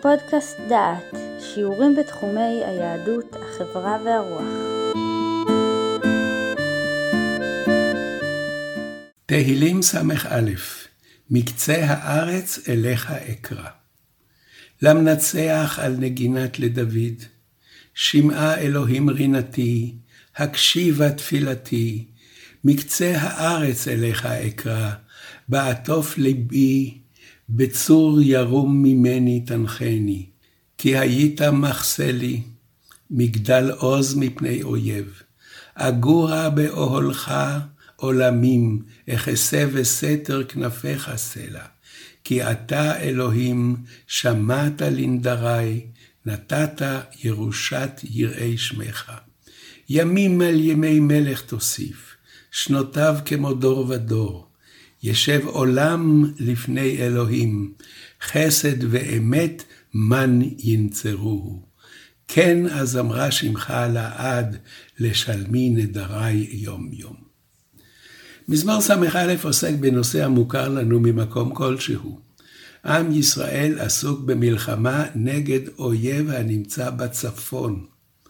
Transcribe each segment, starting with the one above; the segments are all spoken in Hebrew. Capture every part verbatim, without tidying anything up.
פודקאסט דעת, שיעורים בתחומי היהדות, החברה והרוח. תהילים סמך א', מקצה הארץ אליך אקרא. למנצח על נגינת לדוד, שמעה אלוהים רינתי, הקשיבה תפילתי, מקצה הארץ אליך אקרא, בעטוף ליבי, בצור ירום ממני תנחני, כי היית מחסה לי, מגדל עוז מפני אויב, אגורה באוהלך עולמים, אחסה וסתר כנפיך סלע, כי אתה אלוהים שמעת לנדרי, נתת ירושת יראי שמך. ימים על ימי מלך תוסיף, שנותיו כמו דור ודור, ישב עולם לפני אלוהים, חסד ואמת מן ינצרוהו. כן אז אמרה שמך לעד, לשלמי נדרי יום יום. מזמור סמך א' עוסק בנושא המוכר לנו ממקום כלשהו. עם ישראל עסוק במלחמה נגד אויב הנמצא בצפון.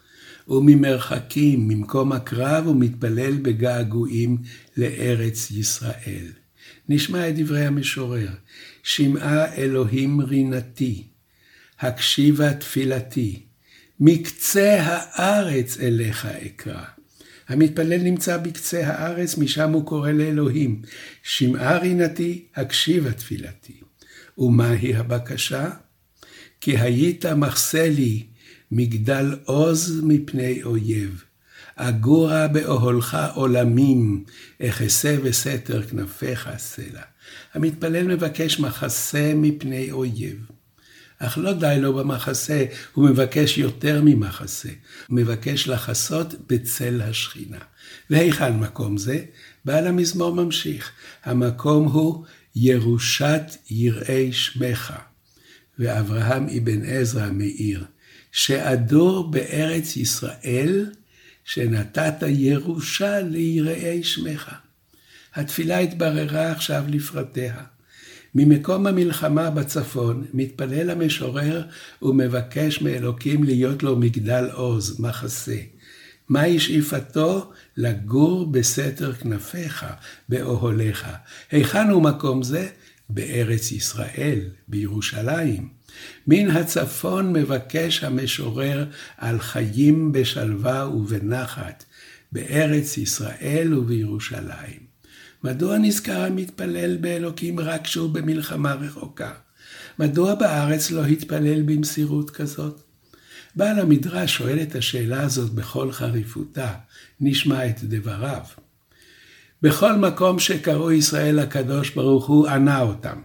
וממרחקים, ממקום הקרב, הוא מתפלל בגעגועים לארץ ישראל. נשמע את דברי המשורר, שמעה אלוהים רינתי, הקשיבה תפילתי, מקצה הארץ אליך אקרא. המתפלל נמצא בקצה הארץ, משם הוא קורא לאלוהים, שמעה רינתי, הקשיבה תפילתי. ומהי הבקשה? כי היית מחסה לי, מגדל עוז מפני אויב. אגורה באוהלך עולמים, אחסה וסתר כנפיך סלע. המתפלל מבקש מחסה מפני אויב. אך לא די לו במחסה, הוא מבקש יותר ממחסה. הוא מבקש לחסות בצל השכינה. והיכן מקום זה? בעל המזמור ממשיך. המקום הוא ירושת יראי שמך. ואברהם אבן עזרא מאיר, שאדור בארץ ישראל, שנתת ירושה ליראי שמך. התפילה התבררה עכשיו לפרטיה. ממקום המלחמה בצפון, מתפלל המשורר ומבקש מאלוקים להיות לו מגדל עוז, מחסה. מהי שאיפתו? לגור בסתר כנפיך, באוהליך. היכן הוא מקום זה? בארץ ישראל, בירושלים. מן הצפון מבקש המשורר על חיים בשלווה ובנחת, בארץ ישראל ובירושלים. מדוע נזכר המתפלל באלוקים רק כשהוא במלחמה רחוקה? מדוע בארץ לא התפלל במסירות כזאת? בעל המדרש שואל את השאלה הזאת בכל חריפותה, נשמע את דבריו. בכל מקום שקראו ישראל הקדוש ברוך הוא ענה אותם.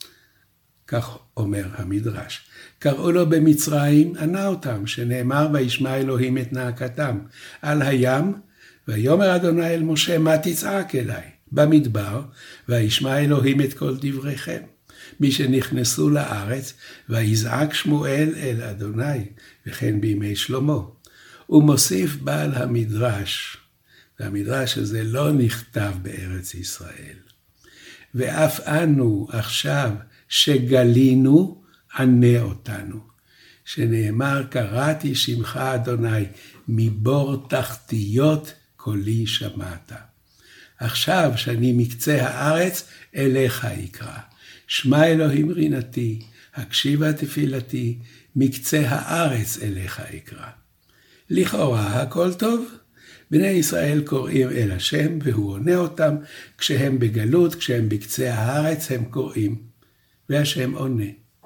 כך אומר המדרש. קראו לו במצרים, ענה אותם, שנאמר וישמע אלוהים את נאקתם. על הים, ויאמר אדוני אל משה, מה תצעק אליי? במדבר, וישמע אלוהים את כל דבריכם. מי שנכנסו לארץ, ויזעק שמואל אל אדוני, וכן בימי שלמה. ומוסיף בעל המדרש, והמדרש הזה לא נכתב בארץ ישראל. ואף אנו עכשיו שגלינו, ענה אותנו. שנאמר, קראתי שמך אדוני, מבור תחתיות קולי שמעת. עכשיו שאני מקצה הארץ, אליך יקרא. שמע אלוהים רינתי, הקשיבה תפילתי, מקצה הארץ אליך יקרא. לכאורה הכל טוב. בני ישראל קוראים אל השם והוא עונה אותם, כשהם בגלות, כשהם בקצה הארץ הם קוראים, והשם עונה.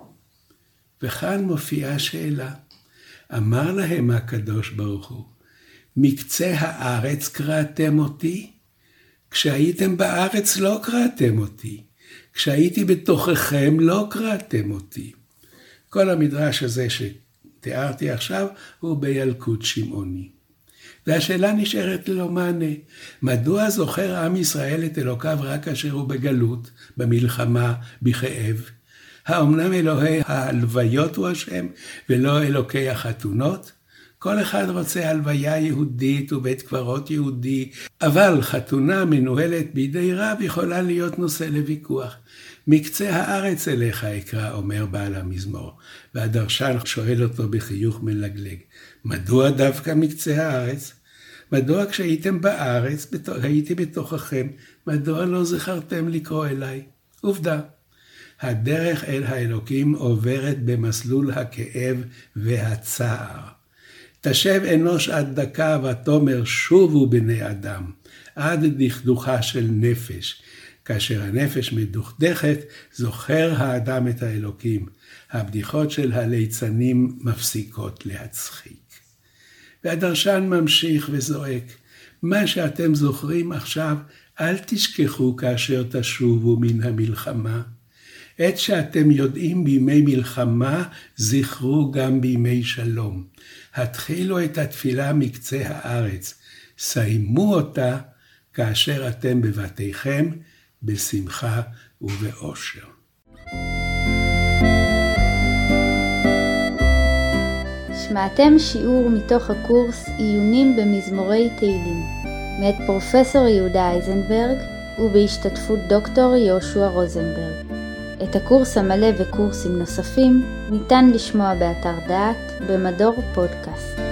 וכאן מופיעה שאלה. אמר להם הקדוש ברוך הוא, מקצה הארץ קראתם אותי? כשהייתם בארץ לא קראתם אותי. כשהייתי בתוככם לא קראתם אותי. כל המדרש הזה שתיארתי עכשיו הוא בילקוט שמעוני. והשאלה נשארת ללא מענה. מדוע זוכר עם ישראל את אלוקיו רק כאשר הוא בגלות, במלחמה, בכאב? האמנם אלוהי ההלוויות הוא השם ולא אלוקי החתונות? כל אחד רוצה הלוויה יהודית ובית קברות יהודי, אבל חתונה מנוהלת בידי רב יכולה להיות נושא לוויכוח. מקצה הארץ אליך אקרא, אומר בעל המזמור. והדרשן שואל אותו בחיוך מלגלג, מדוע דווקא מקצה הארץ? מדוע כשהייתם בארץ, הייתי בתוככם, מדוע לא זכרתם לקרוא אליי? עובדה, הדרך אל האלוקים עוברת במסלול הכאב והצער. תשב אנוש עד דקה ותאמר שובו בני אדם, עד דכדוכה של נפש. כאשר הנפש מדוכדכת, זוכר האדם את האלוקים. הבדיחות של הליצנים מפסיקות להצחיק. והדרשן ממשיך וזועק, מה שאתם זוכרים עכשיו, אל תשכחו כאשר תשובו מן המלחמה. את שאתם יודעים בימי מלחמה, זכרו גם בימי שלום. התחילו את התפילה מקצה הארץ, סיימו אותה כאשר אתם בבתיכם, בשמחה ובאושר. שמעתם שיעור מתוך הקורס עיונים במזמורי תהילים, מאת פרופסור יהודה אייזנברג ובהשתתפות דוקטור יהושע רוזנברג. את הקורס המלא וקורסים נוספים ניתן לשמוע באתר דעת במדור פודקאסט.